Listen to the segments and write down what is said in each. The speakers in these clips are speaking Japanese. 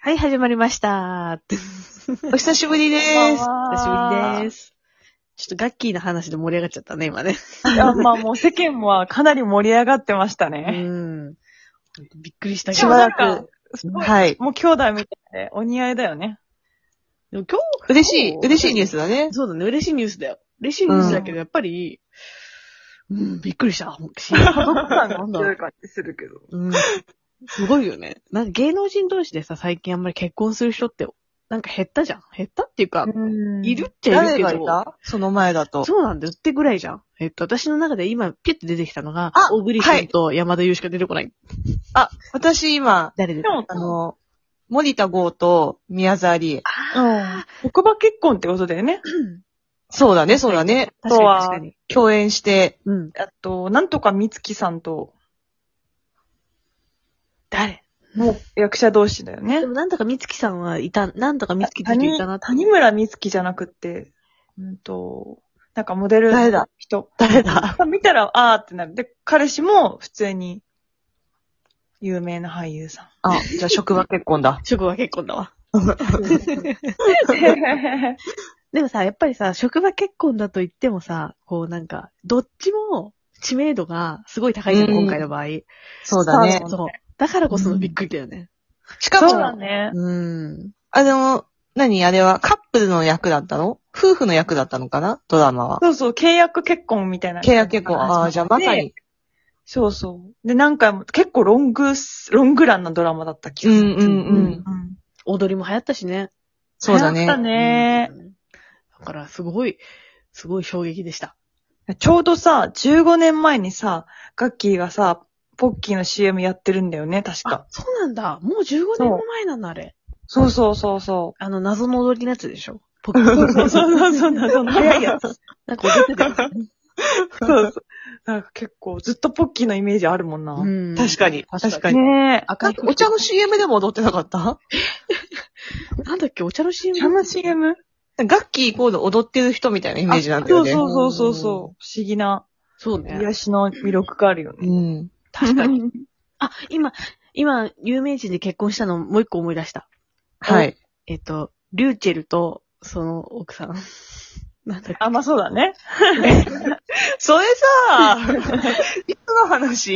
はい、始まりましたお久しぶりです。 久しぶりです。ちょっとガッキーの話で盛り上がっちゃったね、今ね。 いや、まあもう世間はかなり盛り上がってましたね。 びっくりしたけしど。 ばらく、はい。 もう兄弟みたいでお似合いだよね。 でも今日、 嬉しいニュースだね。 そうだね、嬉しいニュースだよ。嬉しいニュースだけど、やっぱり、びっくりした。 どっかが強い感じするけど。 すごいよね。なんか芸能人同士でさ、最近あんまり結婚する人って、なんか減ったじゃん。減ったっていうか、いるっちゃいるけど。 誰がいたその前だと。 そうなんだよってぐらいじゃん。私の中で今、ピュッて出てきたのが、 あ小栗旬と山田優しか出てこない。 あ、私今、 誰出てこない森田剛と宮沢りえ。 職場結婚ってことだよね。 そうだね、そうだね。 確かに。 共演して。 あと、なんとか美月さんと、 誰もう役者同士だよね。 でもなんとか美月さんはいた、なんとか美月って人いたなって。 谷村美月じゃなくって、なんかモデルの人。 誰だ見たら、あーってなる。で、彼氏も普通に有名な俳優さん。 あ、じゃあ職場結婚だ。 職場結婚だわ。でもさ、やっぱりさ、職場結婚だと言ってもさ、こうなんか、どっちも知名度がすごい高いじゃん、今回の場合。 そうだね。 そう。だからこそのびっくりだよね。 しかも、 そうだね。 何あれはカップルの役だったの？夫婦の役だったのかなドラマは。 そうそう、契約結婚みたいな。 契約結婚。ああ、じゃあまさに。 そうそう。で、なんか結構ロングランなドラマだった気がする。 踊りも流行ったしね。 そうだね。 流行ったね。 だからすごい衝撃でした。 ちょうどさ、15年前にさ、ガッキーがさ、ポッキーの CM やってるんだよね、確か。 あ、そうなんだ。もう15年も前なんだ、あれ。 そう。 謎の踊りのやつでしょ？ポッキー。 そう、謎の早いやつ。 なんか踊ってたよ。 そう。なんか結構ずっとポッキーのイメージあるもんな。 確かに。 ねえ。 お茶の CM でも踊ってなかったなんだっけ、お茶の CM？ お茶の CM？ ガッキーイコール踊ってる人みたいなイメージなんだよね。 そう。不思議な。 そうね。 癒しの魅力があるよね。 確かに。あ、今、有名人で結婚したのもう一個思い出した。 はい。 リューチェルと、その奥さん。なんだっけ。 あ、まあそうだね。 それさ、いつの話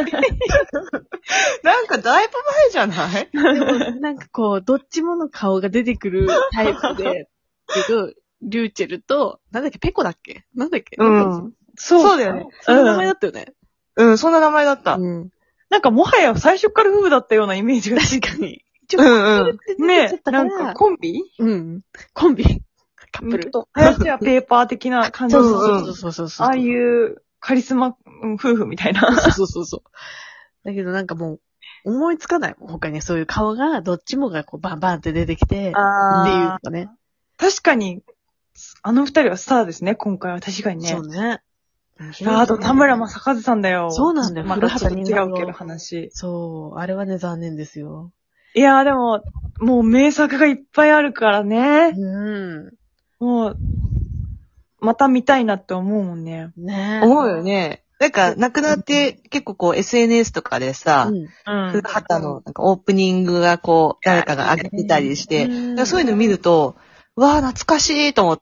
なんかだいぶ前じゃないでもなんかこう、どっちもの顔が出てくるタイプで、リューチェルと、なんだっけ、ペコだっけなんだっけそうだよね。 その名前だったよね。 そんな名前だった。 なんかもはや最初から夫婦だったようなイメージが。 確かに。 ねえ、なんかコンビコンビ。カップル。 林はペーパー的な感じ。 そう。 ああいうカリスマ夫婦みたいな。 そう。だけどなんかもう、思いつかないもん。他にそういう顔が、どっちもがこうバンバンって出てきて、っていうのがね。 確かに、あの二人はスターですね、今回は確かにね。 そうね。 あと田村正和さんだよ。 そうなんだよ。 またちょっと違うけど話。 そう。あれはね、残念ですよ。 いやーでも、もう名作がいっぱいあるからね。もう、また見たいなって思うもんね。 ね思うよね。なんか、亡くなって結構こう SNS とかでさ、古畑のなんかオープニングがこう、誰かが上げてたりして、そういうの見ると、わー懐かしいと思って、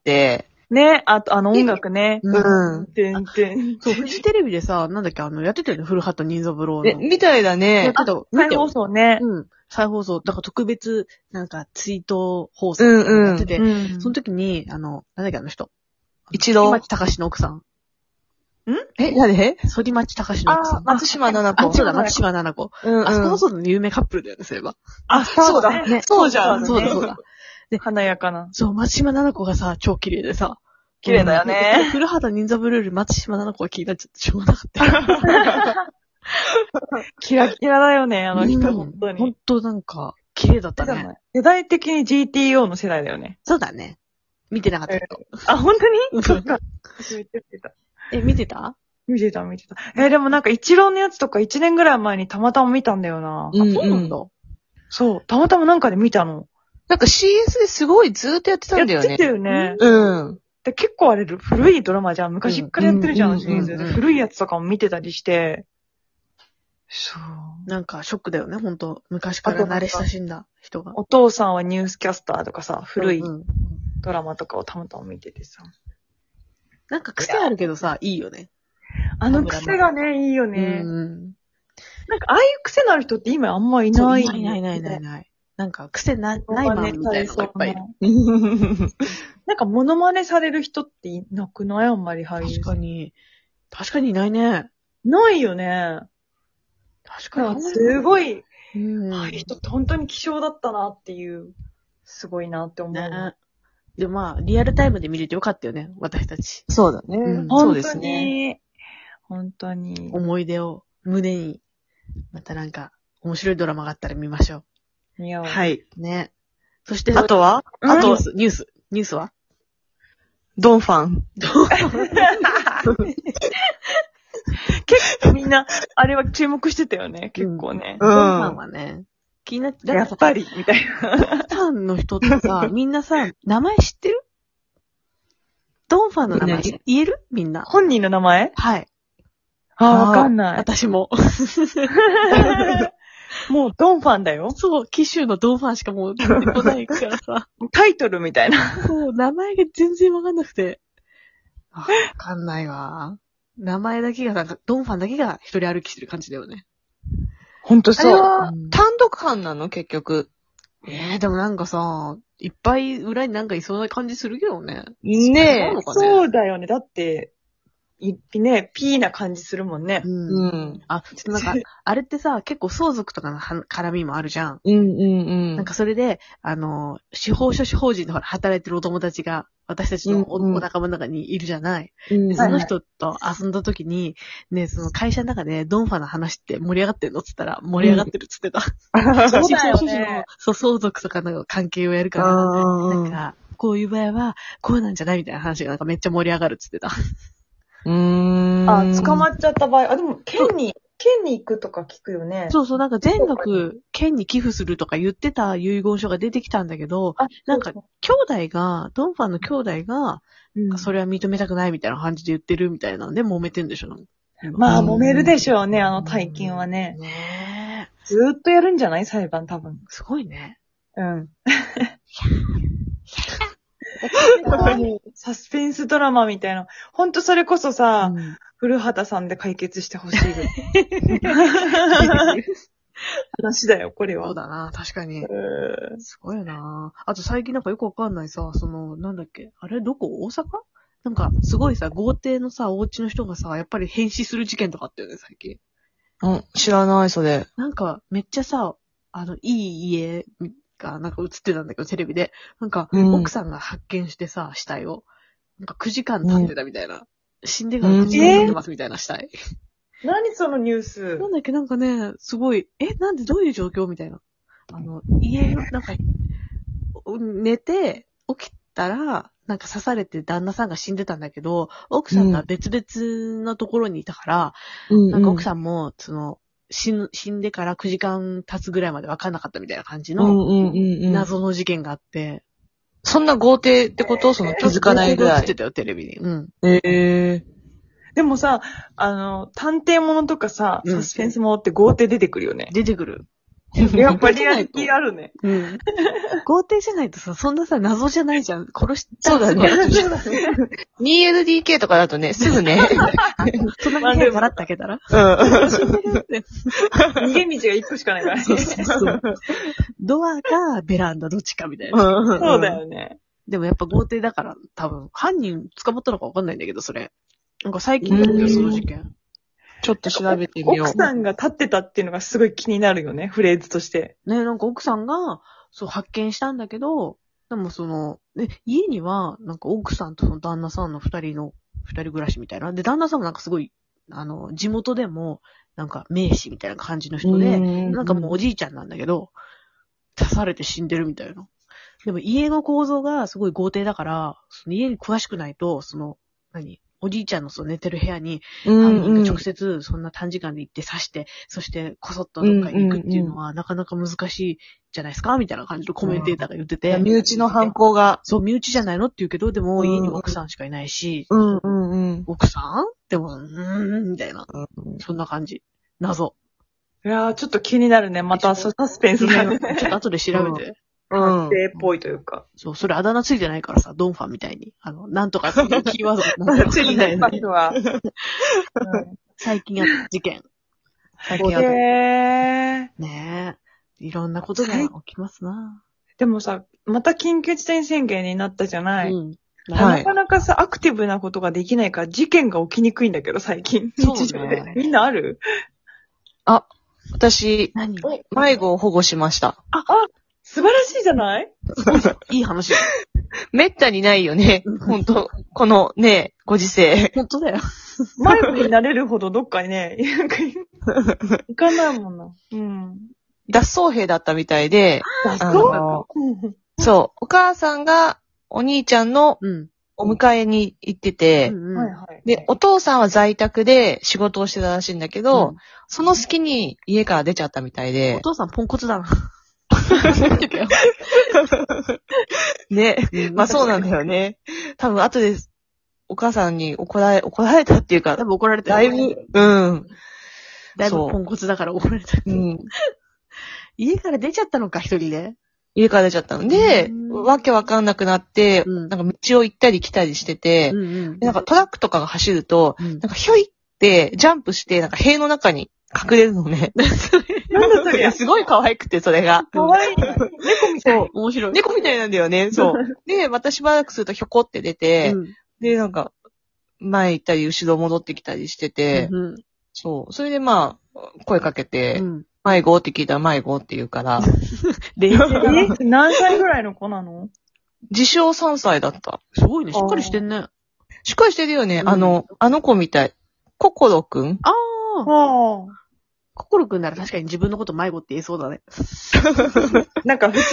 ね、あと音楽ね。 そう、フジテレビでさ、なんだっけ、やってたよね、古畑任三郎の。 みたいだね。 再放送ね。 再放送。だから特別、なんか、追悼放送やってて、その時に、なんだっけ、あの人。 一郎。 反町隆史の奥さん。 誰反町隆史の奥さん。 松島奈々子。 そうだ、松島奈々子。あそこもそうだね、有名カップルだよね、そういえば。 そうだ。 そうじゃん。 そうだ。 で、華やかな。 そう、松島奈々子がさ、超綺麗でさ。 綺麗だよね。 古畑任三郎より松島奈々子が気になっちゃってしょうがなかった。 キラキラだよね、あの人、本当に。 本当なんか、綺麗だったね。 世代的に GTO の世代だよね。 そうだね。見てなかったけど。 本当にそっか。 見てた。 でもなんか一郎のやつとか1年ぐらい前にたまたま見たんだよな。 そうなんだ。 そう、たまたまなんかで見たの。 なんか CS ですごいずーっとやってたんだよね。 やってたよね。で、結構あれ、古いドラマじゃん。昔からやってるじゃん、シリーズで。古いやつとかも見てたりして、 そう。 なんかショックだよね、ほんと。昔から慣れ親しんだ人が。 お父さんはニュースキャスターとかさ、古いうんうん。 ドラマとかをたまたま見ててさ。 なんか癖あるけどさ、いいよね。 あの癖がね、いいよね。 うん。 なんか、ああいう癖のある人って今あんまいそうない。 いない。なんか癖ないマンみたいなのがいっぱいいる。 なんか、モノマネされる人っていなくない？あんまり俳優。 確かにいないね。 ないよね。 確かに。 すごい、 あああいう人って本当に希少だったなっていう、すごいなって思う。 ね。で、まあ、リアルタイムで見れてよかったよね、私たち。 そうだね。そうですね。 本当に。 思い出を胸に、またなんか、面白いドラマがあったら見ましょ見よう。 はい。 ね。そして、 あとはあと、ニュースはドンファン。 結構みんな、あれは注目してたよね、結構ね。 ドンファンはね、気になって、 やっぱり、みたいな。 ドンファンの人ってさ、みんなさ、名前知ってる？ドンファンの名前言える？みんな。 本人の名前？ はい。 わかんない。 私も。 もうドンファンだよ。 そう、機種のドンファンしかもう出てこないからさ。 タイトルみたいな。 そう、名前が全然わかんなくて。わかんないわ。名前だけがなんか、ドンファンだけが一人歩きしてる感じだよね。 ほんとそう。 あれは、単独犯なの結局。 でもなんかさ、いっぱい裏になんかいそうな感じするけどね。 ねえ。 そうだよね。だって、ね、ピーな感じするもんね。 うん。 なんか、あれってさ、結構相続とかの絡みもあるじゃん。なんかそれで、司法書士法人で働いてるお友達が、私たちのお仲間の中にいるじゃない。でその人と遊んだ時に、ね、その会社の中でドンファンの話って盛り上がってるのって言ったら、盛り上がってるって言ってた。 そうだよ司法書士のね。 相続とかの関係をやるから、なんか、こういう場合は、こうなんじゃないみたいな話がなんかめっちゃ盛り上がるって言ってた。 捕まっちゃった場合、でも、県に行くとか聞くよね。 そう、なんか全額、県に寄付するとか言ってた遺言書が出てきたんだけど、なんか、ドンファンの兄弟が、それは認めたくないみたいな感じで言ってるみたいなんで揉めてんでしょ。 まあ、揉めるでしょうね、あの大金はね。 ねえ。 ずーっとやるんじゃない？裁判多分。 すごいね。 うん。サスペンスドラマみたいな。ほんとそれこそさ、古畑さんで解決してほしい。話だよ、これは。 そうだな、確かに。すごいな。あと最近なんかよくわかんないさ、なんだっけ、あれどこ？大阪？なんか、すごいさ、豪邸のさ、お家の人がさ、やっぱり変死する事件とかあったよね、最近。 知らない、それ。 なんか、めっちゃさ、いい家がなんか映ってたんだけど、テレビで。なんか、奥さんが発見してさ、死体を。なんか9時間経ってたみたいな。死んでから9時間経ってますみたいな死体。 何そのニュース？ なんだっけ、なんかね、すごい、なんでどういう状況みたいな。家の、なんか、寝て、起きたら、なんか刺されて旦那さんが死んでたんだけど、奥さんが別々のところにいたから、なんか奥さんも、死んでから9時間経つぐらいまで分かんなかったみたいな感じの、謎の事件があって。 そんな豪邸ってこと？気づかないぐらい。 映ってたよ、テレビに。 でもさ、探偵物とかさ、サスペンス物って豪邸出てくるよね。 出てくる。 やっぱりリアリティあるね。 豪邸じゃないとさ、そんなさ、謎じゃないじゃん。殺したそうだね。2LDK とかだとね、すぐね。 そんなに部屋ガラッと開けたら死んでるって。逃げ道が1個しかないからね。そう。 ドアかベランダどっちかみたいな。 そうだよね。 でもやっぱ豪邸だから多分、犯人捕まったのかわかんないんだけど、それ。なんか最近だったよ、その事件。 ちょっと調べてみよう。 奥さんが立ってたっていうのがすごい気になるよね、フレーズとして。 ね、なんか奥さんが、発見したんだけど、でも家には、なんか奥さんとその旦那さんの二人暮らしみたいな。で、旦那さんもなんかすごい、地元でも、なんか名士みたいな感じの人で、なんかもうおじいちゃんなんだけど、刺されて死んでるみたいな。でも家の構造がすごい豪邸だから、家に詳しくないと、おじいちゃんの寝てる部屋に、犯人が直接そんな短時間で行って刺して、そしてこそっとどっかに行くっていうのはなかなか難しいじゃないですかみたいな感じのコメンテーターが言ってて。 身内の犯行が。 そう、身内じゃないのって言うけど、でも家に奥さんしかいないし、奥さんでも、みたいな。そんな感じ。謎。 いやー、ちょっと気になるね。またサスペンスだね。 ちょっと後で調べて。 うん。 定っぽいというか。 そう、それあだ名ついてないからさ、ドンファンみたいに。なんとかっていうキーワードなんとかついてないパスは。 最近あった事件。 最近あった。 へー。 ねえ。いろんなことが起きますな。 でもさ、また緊急事態宣言になったじゃない。 うん。 はいなかなかさ、アクティブなことができないから事件が起きにくいんだけど、最近。 そうね日常で。みんなある？ 私、 何迷子を保護しました。 素晴らしいじゃない？ いい話だよ。 めったにないよねうん。 本当このね、ご時世。 本当だよ。 迷子になれるほどどっかにね、行かないもんな。うん。 脱走兵だったみたいで、 脱あ走のそう、お母さんがお兄ちゃんのうん。 お迎えに行ってて、 うんはいはい。 で、お父さんは在宅で仕事をしてたらしいんだけど、 うんその隙に家から出ちゃったみたいおで、 父さんポンコツだな。言っとけよ。 ね、まあそうなんだよね。多分後でお母さんに怒られたっていうか多、分怒られたよ。 だいぶ、うん、 だいぶポンコツだから怒られた。 うん、 家から出ちゃったのか、一人で。 家から出ちゃったので、 うんわけわかんなくなって、 うんなんか道を行ったり来たりしてて、 うんうんでなんかトラックとかが走ると、 うんなんかひょいってジャンプして、なんか塀の中に隠れるのね。 なんだそりゃ。 すごい可愛くて、それが。 かわいい。猫みたい。 面白い。 猫みたいなんだよね。そう。で、またしばらくするとひょこって出て、 うんで、なんか、前行ったり、後ろ戻ってきたりしてて、 うんそう。それでまあ、声かけて、 うん迷子って聞いたら迷子って言うから、 冷静だな。 何歳ぐらいの子なの？ 自称3歳だった。 すごいね。しっかりしてんね。 しっかりしてるよね。 うんあの子みたい。ココロくんああ。 ああ。 ココロくんなら確かに自分のこと迷子って言えそうだね。 なんか普通